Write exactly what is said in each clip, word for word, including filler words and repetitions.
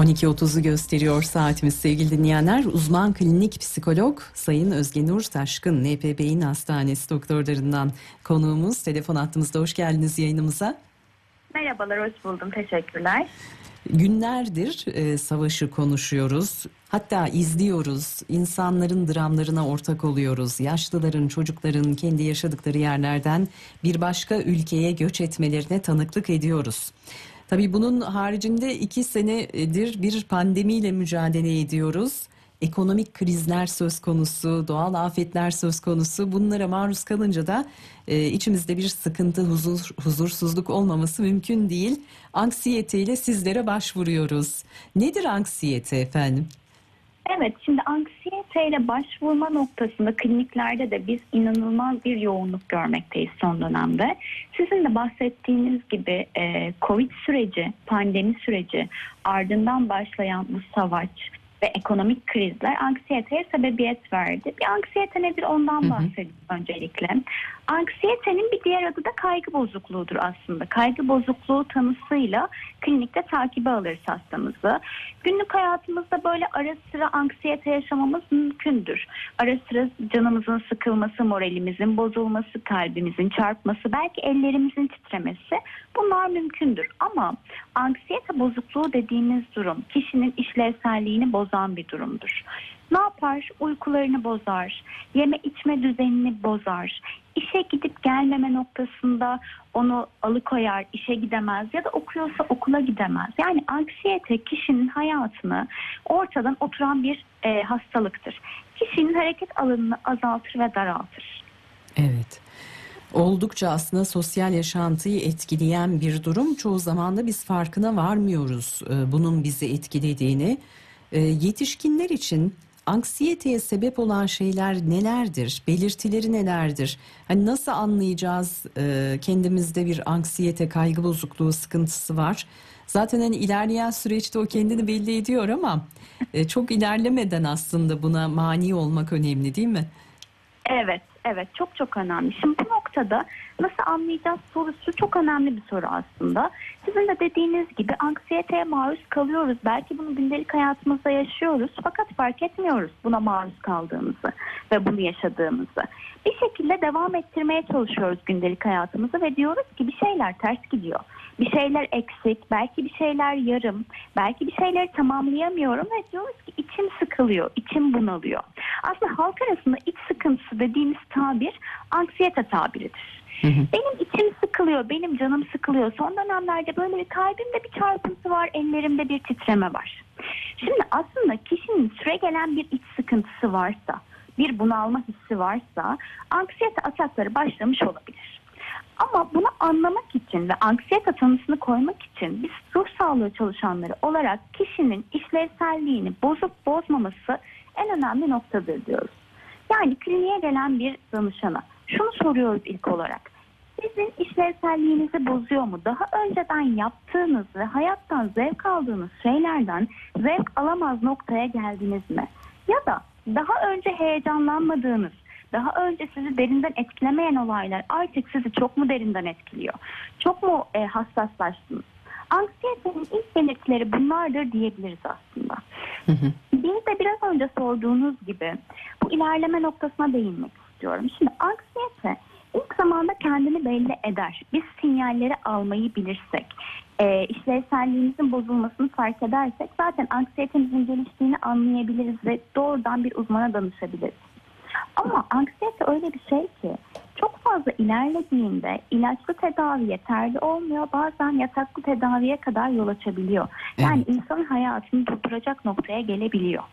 on iki otuzu gösteriyor saatimiz sevgili dinleyenler. Uzman klinik psikolog Sayın Özgenur Taşkın, N P Beyin Hastanesi doktorlarından konuğumuz. Telefon hattımızda, hoş geldiniz yayınımıza. Merhabalar, hoş buldum. Teşekkürler. Günlerdir e, savaşı konuşuyoruz. Hatta izliyoruz. İnsanların dramlarına ortak oluyoruz. Yaşlıların, çocukların kendi yaşadıkları yerlerden bir başka ülkeye göç etmelerine tanıklık ediyoruz. Tabii bunun haricinde iki senedir bir pandemiyle mücadele ediyoruz. Ekonomik krizler söz konusu, doğal afetler söz konusu. Bunlara maruz kalınca da e, içimizde bir sıkıntı, huzur, huzursuzluk olmaması mümkün değil. Anksiyeteyle sizlere başvuruyoruz. Nedir anksiyete efendim? Evet, şimdi anksiyeteyle başvurma noktasında kliniklerde de biz inanılmaz bir yoğunluk görmekteyiz son dönemde. Sizin de bahsettiğiniz gibi e, Covid süreci, pandemi süreci, ardından başlayan bu savaş ve ekonomik krizler anksiyeteye sebebiyet verdi. Bir anksiyete nedir ondan bahsedeyim öncelikle. Anksiyetenin bir diğer adı da kaygı bozukluğudur aslında. Kaygı bozukluğu tanısıyla klinikte takibe alırız hastamızı. Günlük hayatımızda böyle ara sıra anksiyete yaşamamız mümkündür. Ara sıra canımızın sıkılması, moralimizin bozulması, kalbimizin çarpması, belki ellerimizin titremesi, bunlar mümkündür. Ama anksiyete bozukluğu dediğimiz durum kişinin işlevselliğini bozan bir durumdur. Ne yapar? Uykularını bozar, yeme içme düzenini bozar, işe gidip gelmeme noktasında onu alıkoyar, işe gidemez ya da okuyorsa okula gidemez. Yani anksiyete kişinin hayatını ortadan oturan bir e, hastalıktır. Kişinin hareket alanını azaltır ve daraltır. Evet. Oldukça aslında sosyal yaşantıyı etkileyen bir durum. Çoğu zaman da biz farkına varmıyoruz e, bunun bizi etkilediğini. E, yetişkinler için anksiyeteye sebep olan şeyler nelerdir? Belirtileri nelerdir? Hani nasıl anlayacağız e, kendimizde bir anksiyete, kaygı bozukluğu sıkıntısı var? Zaten hani ilerleyen süreçte o kendini belli ediyor ama e, çok ilerlemeden aslında buna mani olmak önemli, değil mi? Evet, evet, çok çok önemli. Şimdi bu noktada nasıl anlayacağız sorusu çok önemli bir soru aslında. Sizin de dediğiniz gibi anksiyeteye maruz kalıyoruz. Belki bunu gündelik hayatımızda yaşıyoruz fakat fark etmiyoruz buna maruz kaldığımızı ve bunu yaşadığımızı. Bir şekilde devam ettirmeye çalışıyoruz gündelik hayatımızı ve diyoruz ki bir şeyler ters gidiyor. Bir şeyler eksik, belki bir şeyler yarım, belki bir şeyleri tamamlayamıyorum ve diyoruz ki içim sıkılıyor, içim bunalıyor. Aslında halk arasında iç sıkıntısı dediğimiz tabir anksiyete tabiridir. Hı hı. Benim içim sıkılıyor, benim canım sıkılıyor. Son dönemlerde böyle bir kalbimde bir çarpıntı var, ellerimde bir titreme var. Şimdi aslında kişinin süregelen bir iç sıkıntısı varsa, bir bunalma hissi varsa anksiyete atakları başlamış olabilir. Ama bunu anlamak için ve anksiyete tanısını koymak için biz ruh sağlığı çalışanları olarak kişinin işlevselliğini bozup bozmaması en önemli noktadır diyoruz. Yani kliniğe gelen bir danışana şunu soruyoruz ilk olarak. Sizin işlevselliğinizi bozuyor mu? Daha önceden yaptığınız ve hayattan zevk aldığınız şeylerden zevk alamaz noktaya geldiniz mi? Ya da daha önce heyecanlanmadığınız, daha önce sizi derinden etkilemeyen olaylar artık sizi çok mu derinden etkiliyor? Çok mu e, hassaslaştınız? Anksiyetenin ilk belirtileri bunlardır diyebiliriz aslında. Hı hı. Bir de biraz önce sorduğunuz gibi bu ilerleme noktasına değinmek istiyorum. Şimdi anksiyete ilk zamanda kendini belli eder. Biz sinyalleri almayı bilirsek, e, işlevselliğimizin bozulmasını fark edersek zaten anksiyetemizin geliştiğini anlayabiliriz ve doğrudan bir uzmana danışabiliriz. Ama anksiyete öyle bir şey ki çok fazla ilerlediğinde ilaçlı tedavi yeterli olmuyor. Bazen yataklı tedaviye kadar yol açabiliyor. Yani evet, insanın hayatını durduracak noktaya gelebiliyor.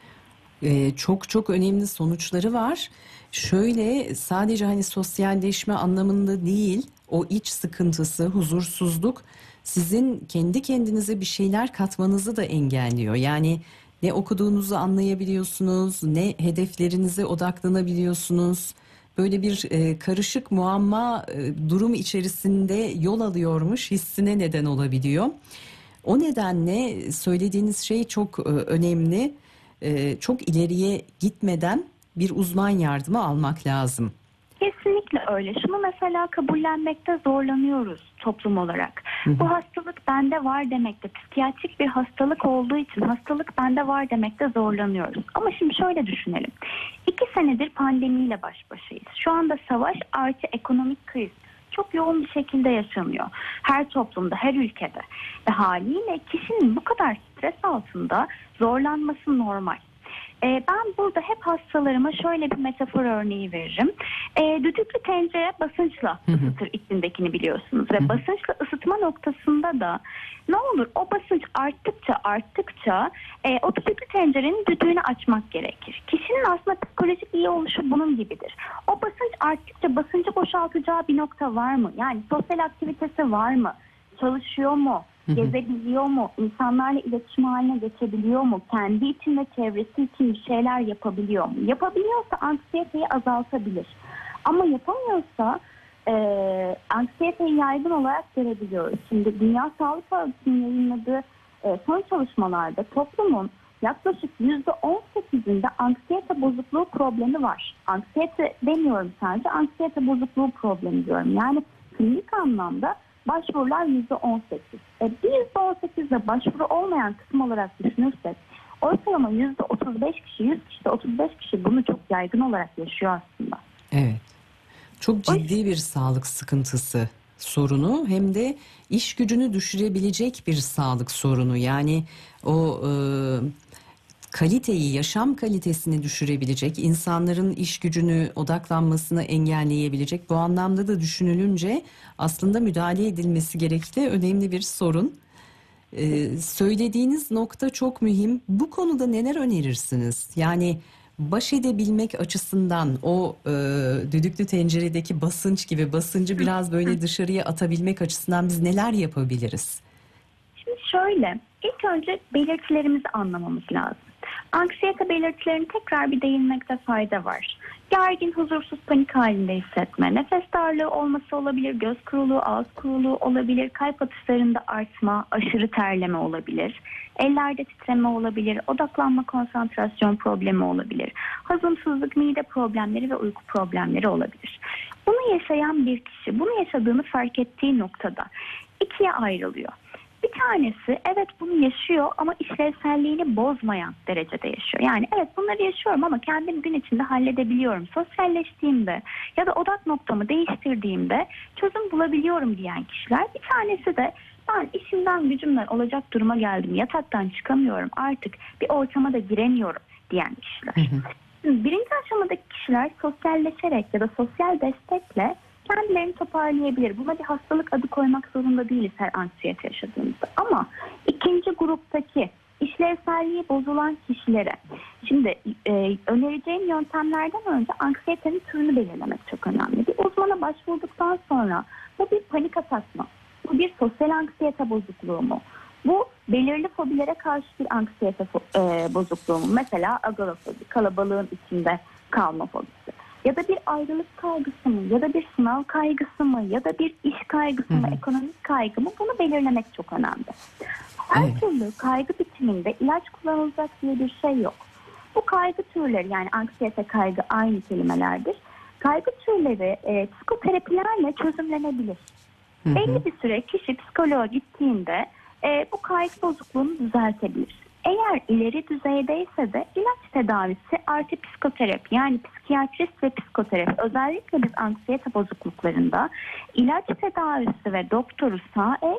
Ee, çok çok önemli sonuçları var. Şöyle sadece hani sosyalleşme anlamında değil, o iç sıkıntısı, huzursuzluk sizin kendi kendinize bir şeyler katmanızı da engelliyor. Yani ne okuduğunuzu anlayabiliyorsunuz, ne hedeflerinize odaklanabiliyorsunuz. Böyle bir e, karışık muamma e, durum içerisinde yol alıyormuş hissine neden olabiliyor. O nedenle söylediğiniz şey çok e, önemli. E, çok ileriye gitmeden bir uzman yardımı almak lazım. Kesinlikle öyle. Şunu mesela kabullenmekte zorlanıyoruz toplum olarak. Hı hı. Bu hastalık bende var demekte, psikiyatrik bir hastalık olduğu için hastalık bende var demekte zorlanıyoruz. Ama şimdi şöyle düşünelim. İki senedir pandemiyle baş başayız. Şu anda savaş artı ekonomik kriz çok yoğun bir şekilde yaşanıyor. Her toplumda, her ülkede. Ve haliyle kişinin bu kadar stres altında zorlanması normal. Ee, ben burada hep hastalarıma şöyle bir metafor örneği veririm. Ee, düdüklü tencere basınçla ısıtır içindekini biliyorsunuz. Ve basınçla ısıtma noktasında da ne olur o basınç arttıkça arttıkça e, o düdüklü tencerenin düdüğünü açmak gerekir. Kişinin aslında psikolojik iyi oluşu bunun gibidir. O basınç arttıkça basıncı boşaltacağı bir nokta var mı? Yani sosyal aktivitesi var mı? Çalışıyor mu? Gezebiliyor mu? İnsanlarla iletişim haline geçebiliyor mu? Kendi için ve çevresi için bir şeyler yapabiliyor mu? Yapabiliyorsa anksiyeteyi azaltabilir. Ama yapamıyorsa e, anksiyeteyi yaygın olarak görebiliyoruz. Şimdi Dünya Sağlık Örgütü'nün yayınladığı e, son çalışmalarda toplumun yaklaşık yüzde on sekizinde anksiyete bozukluğu problemi var. Anksiyete demiyorum sadece, anksiyete bozukluğu problemi diyorum. Yani klinik anlamda başvurular yüzde on sekiz. E, bir yüzde on sekizde başvuru olmayan kısım olarak düşünürsek ortalama yüzde otuz beş kişi, yüz kişide otuz beş kişi bunu çok yaygın olarak yaşıyor aslında. Evet. Çok ciddi bir sağlık sıkıntısı sorunu, hem de iş gücünü düşürebilecek bir sağlık sorunu. Yani o e, kaliteyi, yaşam kalitesini düşürebilecek, insanların iş gücünü, odaklanmasını engelleyebilecek, bu anlamda da düşünülünce aslında müdahale edilmesi gerekli önemli bir sorun. Ee, söylediğiniz nokta çok mühim. Bu konuda neler önerirsiniz? Yani baş edebilmek açısından o e, düdüklü tenceredeki basınç gibi basıncı biraz böyle dışarıya atabilmek açısından biz neler yapabiliriz? Şimdi şöyle, ilk önce belirtilerimizi anlamamız lazım. Anksiyete belirtilerini tekrar bir değinmekte fayda var. Gergin, huzursuz, panik halinde hissetme, nefes darlığı olması olabilir, göz kuruluğu, ağız kuruluğu olabilir, kalp atışlarında artma, aşırı terleme olabilir, ellerde titreme olabilir, odaklanma, konsantrasyon problemi olabilir, hazımsızlık, mide problemleri ve uyku problemleri olabilir. Bunu yaşayan bir kişi, bunu yaşadığını fark ettiği noktada ikiye ayrılıyor. Bir tanesi evet bunu yaşıyor ama işlevselliğini bozmayan derecede yaşıyor. Yani evet bunları yaşıyorum ama kendim gün içinde halledebiliyorum. Sosyalleştiğimde ya da odak noktamı değiştirdiğimde çözüm bulabiliyorum diyen kişiler. Bir tanesi de ben işimden gücümden olacak duruma geldim. Yataktan çıkamıyorum, artık bir ortama da giremiyorum diyen kişiler. Hı hı. Şimdi birinci aşamadaki kişiler sosyalleşerek ya da sosyal destekle kendilerini toparlayabilir. Buna bir hastalık adı koymak zorunda değiliz her anksiyete yaşadığımızda. Ama ikinci gruptaki işlevselliği bozulan kişilere, şimdi e, önereceğim yöntemlerden önce anksiyetenin türünü belirlemek çok önemli. Bir uzmana başvurduktan sonra bu bir panik atak mı? Bu bir sosyal anksiyete bozukluğu mu? Bu belirli fobilere karşı bir anksiyete e, bozukluğu mu? Mesela agorafobi, kalabalığın içinde kalma fobisi. Ya da bir ayrılık kaygısı mı, ya da bir sınav kaygısı mı, ya da bir iş kaygısı mı, ekonomik kaygı mı, bunu belirlemek çok önemli. Her evet. türlü kaygı biçiminde ilaç kullanılacak diye bir şey yok. Bu kaygı türleri, yani anksiyete, kaygı aynı kelimelerdir. Kaygı türleri e, psikoterapilerle çözümlenebilir. Hı hı. Belli bir süre kişi psikoloğa gittiğinde e, bu kaygı bozukluğunu düzeltebilir. Eğer ileri düzeydeyse de ilaç tedavisi artı psikoterapi, yani psikiyatrist ve psikoterapi, özellikle biz anksiyete bozukluklarında ilaç tedavisi ve doktoru sağ el,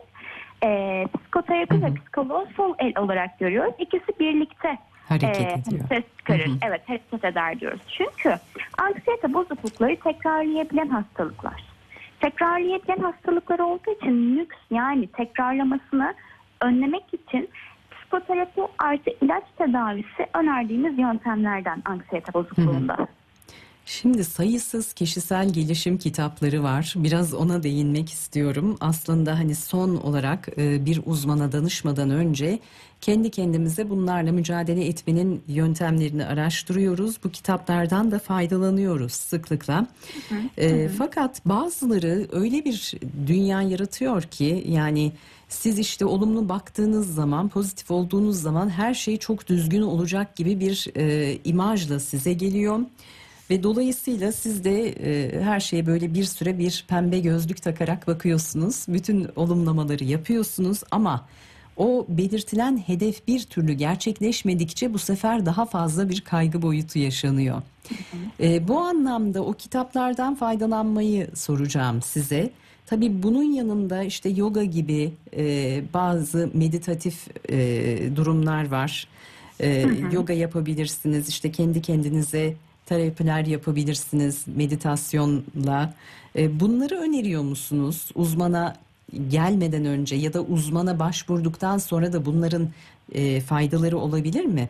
e, psikoterapi hı hı. ve psikoloğu sol el olarak görüyoruz. İkisi birlikte hareket e, ediyor. Ses çıkarır. Hı hı. Evet, hareket eder diyoruz. Çünkü anksiyete bozuklukları tekrarlayabilen hastalıklar. Tekrarlayabilen hastalıklar olduğu için nüks, yani tekrarlamasını önlemek için psikoterapi artı ilaç tedavisi önerdiğimiz yöntemlerden anksiyete bozukluğunda. Hı hı. Şimdi sayısız kişisel gelişim kitapları var. Biraz ona değinmek istiyorum. Aslında hani son olarak bir uzmana danışmadan önce kendi kendimize bunlarla mücadele etmenin yöntemlerini araştırıyoruz. Bu kitaplardan da faydalanıyoruz sıklıkla. Hı hı. E, fakat bazıları öyle bir dünya yaratıyor ki, yani siz işte olumlu baktığınız zaman, pozitif olduğunuz zaman her şey çok düzgün olacak gibi bir e, imajla size geliyor. Ve dolayısıyla siz de e, her şeye böyle bir süre bir pembe gözlük takarak bakıyorsunuz. Bütün olumlamaları yapıyorsunuz ama o belirtilen hedef bir türlü gerçekleşmedikçe bu sefer daha fazla bir kaygı boyutu yaşanıyor. E, bu anlamda o kitaplardan faydalanmayı soracağım size. Tabii bunun yanında işte yoga gibi e, bazı meditatif e, durumlar var. E, Hı hı. yoga yapabilirsiniz, işte kendi kendinize terapiler yapabilirsiniz meditasyonla. E, bunları öneriyor musunuz uzmana gelmeden önce ya da uzmana başvurduktan sonra da bunların e, faydaları olabilir mi?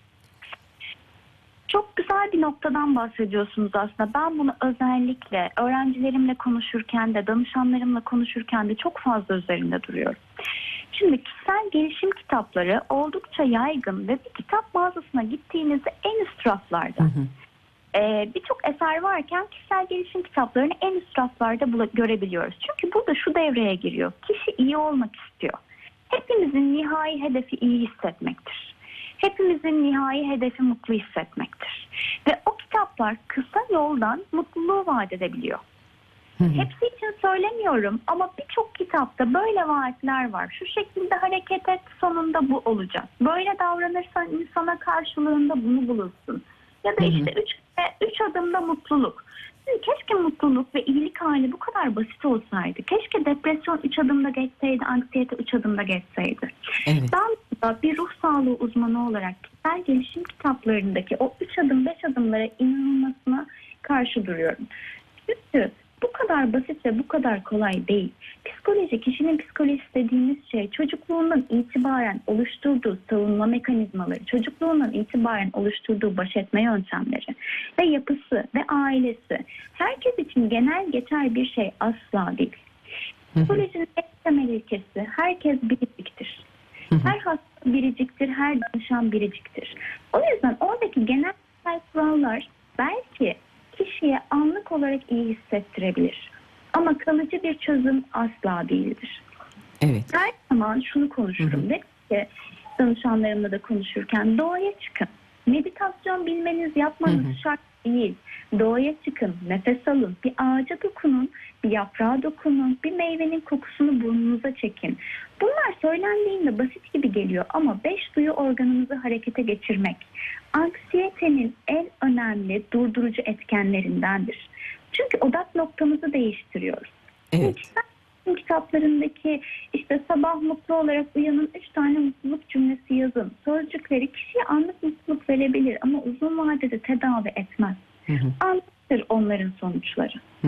Çok güzel bir noktadan bahsediyorsunuz aslında. Ben bunu özellikle öğrencilerimle konuşurken de, danışanlarımla konuşurken de çok fazla üzerinde duruyorum. Şimdi kişisel gelişim kitapları oldukça yaygın ve bir kitap mağazasına gittiğinizde en üst raflarda. Hı hı. Ee, Birçok eser varken kişisel gelişim kitaplarını en üst raflarda bula- görebiliyoruz. Çünkü burada şu devreye giriyor. Kişi iyi olmak istiyor. Hepimizin nihai hedefi iyi hissetmektir. Hepimizin nihai hedefi mutlu hissetmektir. Ve o kitaplar kısa yoldan mutluluğu vaat edebiliyor. Hı hı. Hepsi için söylemiyorum ama birçok kitapta böyle vaatler var. Şu şekilde hareket et, sonunda bu olacak. Böyle davranırsan insana karşılığında bunu bulursun. Ya da Hı hı. işte üç, üç adımda mutluluk. Şimdi keşke mutluluk ve iyilik hali bu kadar basit olsaydı. Keşke depresyon üç adımda geçseydi, anksiyete üç adımda geçseydi. Evet. Ben da bir ruh sağlığı uzmanı olarak kişisel gelişim kitaplarındaki o üç adım beş adımlara inanılmasına karşı duruyorum. Çünkü bu kadar basit ve bu kadar kolay değil. Psikoloji, kişinin psikolojisi dediğimiz şey çocukluğundan itibaren oluşturduğu savunma mekanizmaları, çocukluğundan itibaren oluşturduğu baş etme yöntemleri ve yapısı ve ailesi. Herkes için genel geçer bir şey asla değil. Psikolojinin en temel ilkesi herkes biriciktir. Her hasta biriciktir, her danışan biriciktir. O yüzden oradaki genel kurallar belki kişiye anlık olarak iyi hissettirebilir. Ama kalıcı bir çözüm asla değildir. Evet. Her zaman şunu konuşurum. Ve ki danışanlarımla da konuşurken doğaya çıkın. Meditasyon bilmeniz, yapmanız Hı hı. şart değil. Doğaya çıkın, nefes alın, bir ağaca dokunun, bir yaprağa dokunun, bir meyvenin kokusunu burnunuza çekin. Bunlar söylendiğinde basit gibi geliyor ama beş duyu organınızı harekete geçirmek anksiyetenin en önemli durdurucu etkenlerindendir. Çünkü odak noktamızı değiştiriyoruz. Evet. Şimdi kitaplarındaki işte sabah mutlu olarak uyanın, üç tane mutluluk cümlesi yazın. Sözcükleri kişiye anlık mutluluk verebilir ama uzun vadede tedavi etmez. Hı hı. Anlıktır onların sonuçları. Hı hı.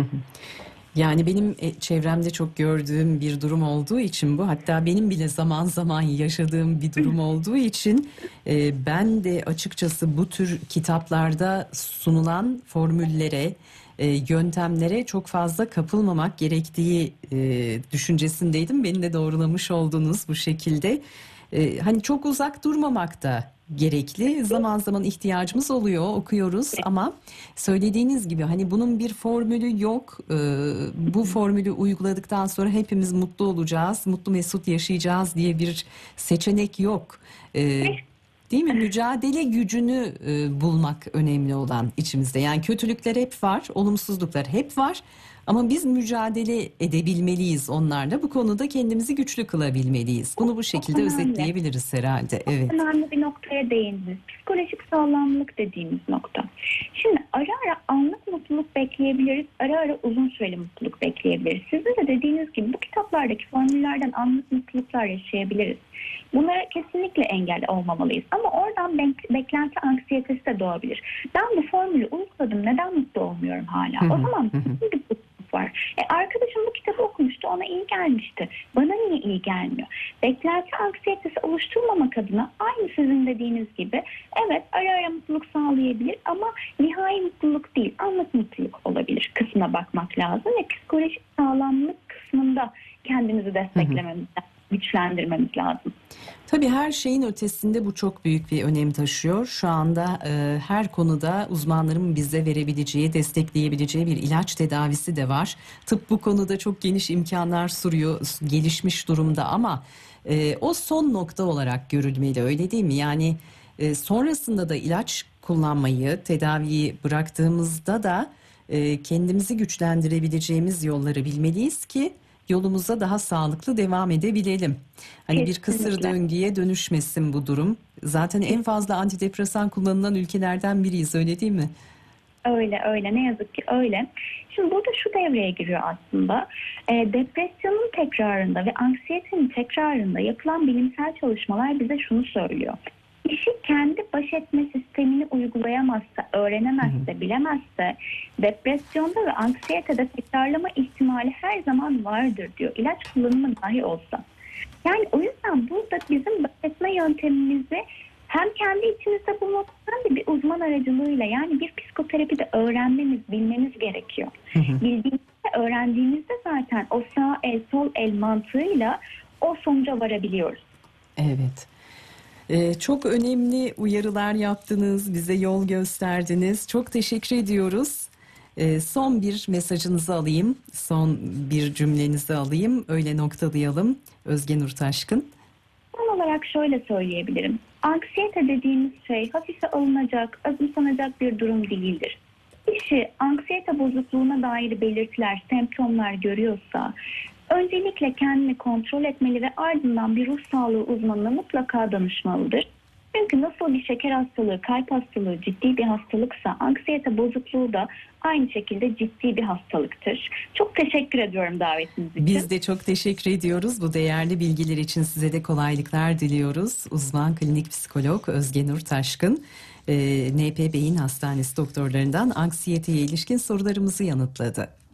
Yani benim e, çevremde çok gördüğüm bir durum olduğu için bu, hatta benim bile zaman zaman yaşadığım bir durum olduğu için e, ben de açıkçası bu tür kitaplarda sunulan formüllere, e, yöntemlere çok fazla kapılmamak gerektiği e, düşüncesindeydim. Beni de doğrulamış oldunuz bu şekilde. E, hani çok uzak durmamak da gerekli. Zaman zaman ihtiyacımız oluyor, okuyoruz ama söylediğiniz gibi hani bunun bir formülü yok. Ee, bu formülü uyguladıktan sonra hepimiz mutlu olacağız, mutlu mesut yaşayacağız diye bir seçenek yok. Ee, değil mi? Mücadele gücünü e, bulmak önemli olan içimizde. Yani kötülükler hep var, olumsuzluklar hep var. Ama biz mücadele edebilmeliyiz onlarla. Bu konuda kendimizi güçlü kılabilmeliyiz. Bunu bu şekilde önemli. özetleyebiliriz herhalde. Evet. Önemli bir noktaya değindiniz. Psikolojik sağlamlık dediğimiz nokta. Şimdi ara ara anlık mutluluk bekleyebiliriz, ara ara uzun süreli mutluluk bekleyebiliriz. Sizin de dediğiniz gibi bu kitaplardaki formüllerden anlık mutluluklar yaşayabiliriz. Bunlara kesinlikle engel olmamalıyız. Ama oradan bek- beklenti anksiyetesi de doğabilir. Ben bu formülü uyguladım, neden mutlu olmuyorum hala? Hı hı, O zaman hı hı. kesin bir mutluluk var. E, arkadaşım bu kitabı okumuştu, ona iyi gelmişti. Bana niye iyi gelmiyor? Beklenti anksiyetesi oluşturmamak adına aynı sizin dediğiniz gibi evet ara ara mutluluk sağlayabilir ama nihai mutluluk değil, anlık mutluluk olabilir kısmına bakmak lazım ve psikolojik sağlamlık kısmında kendimizi desteklememiz lazım, güçlendirmemiz lazım. Tabii her şeyin ötesinde bu çok büyük bir önem taşıyor. Şu anda e, her konuda uzmanların bize verebileceği, destekleyebileceği bir ilaç tedavisi de var. Tıp bu konuda çok geniş imkanlar sunuyor, gelişmiş durumda ama e, o son nokta olarak görülmeli, öyle değil mi? Yani e, sonrasında da ilaç kullanmayı, tedaviyi bıraktığımızda da e, kendimizi güçlendirebileceğimiz yolları bilmeliyiz ki yolumuza daha sağlıklı devam edebilelim. Hani bir kısır Kesinlikle. döngüye dönüşmesin bu durum. Zaten en fazla antidepresan kullanılan ülkelerden biriyiz, öyle değil mi? Öyle öyle, ne yazık ki öyle. Şimdi burada şu devreye giriyor aslında. E, depresyonun tekrarında ve anksiyetenin tekrarında yapılan bilimsel çalışmalar bize şunu söylüyor. Kişi kendi baş etme sistemini uygulayamazsa, öğrenemezse, bilemezse depresyonda ve anksiyetede tekrarlama ihtimali her zaman vardır diyor. İlaç kullanımı dahi olsa. Yani o yüzden burada bizim baş etme yöntemimizi hem kendi içimizde bulmak hem de bir uzman aracılığıyla, yani bir psikoterapide öğrenmemiz, bilmemiz gerekiyor. Bildiğimizde, öğrendiğimizde zaten o sağ el sol el mantığıyla o sonuca varabiliyoruz. Evet. Ee, çok önemli uyarılar yaptınız, bize yol gösterdiniz. Çok teşekkür ediyoruz. Ee, son bir mesajınızı alayım, son bir cümlenizi alayım, öyle noktalayalım. Özge Nur Taşkın. Son olarak şöyle söyleyebilirim. Anksiyete dediğimiz şey hafife alınacak, azımsanacak bir durum değildir. Kişi anksiyete bozukluğuna dair belirtiler, semptomlar görüyorsa öncelikle kendini kontrol etmeli ve ardından bir ruh sağlığı uzmanına mutlaka danışmalıdır. Çünkü nasıl bir şeker hastalığı, kalp hastalığı ciddi bir hastalıksa anksiyete bozukluğu da aynı şekilde ciddi bir hastalıktır. Çok teşekkür ediyorum davetiniz için. Biz de çok teşekkür ediyoruz. Bu değerli bilgiler için size de kolaylıklar diliyoruz. Uzman klinik psikolog Özge Nur Taşkın, N P Beyin Hastanesi doktorlarından anksiyeteye ilişkin sorularımızı yanıtladı.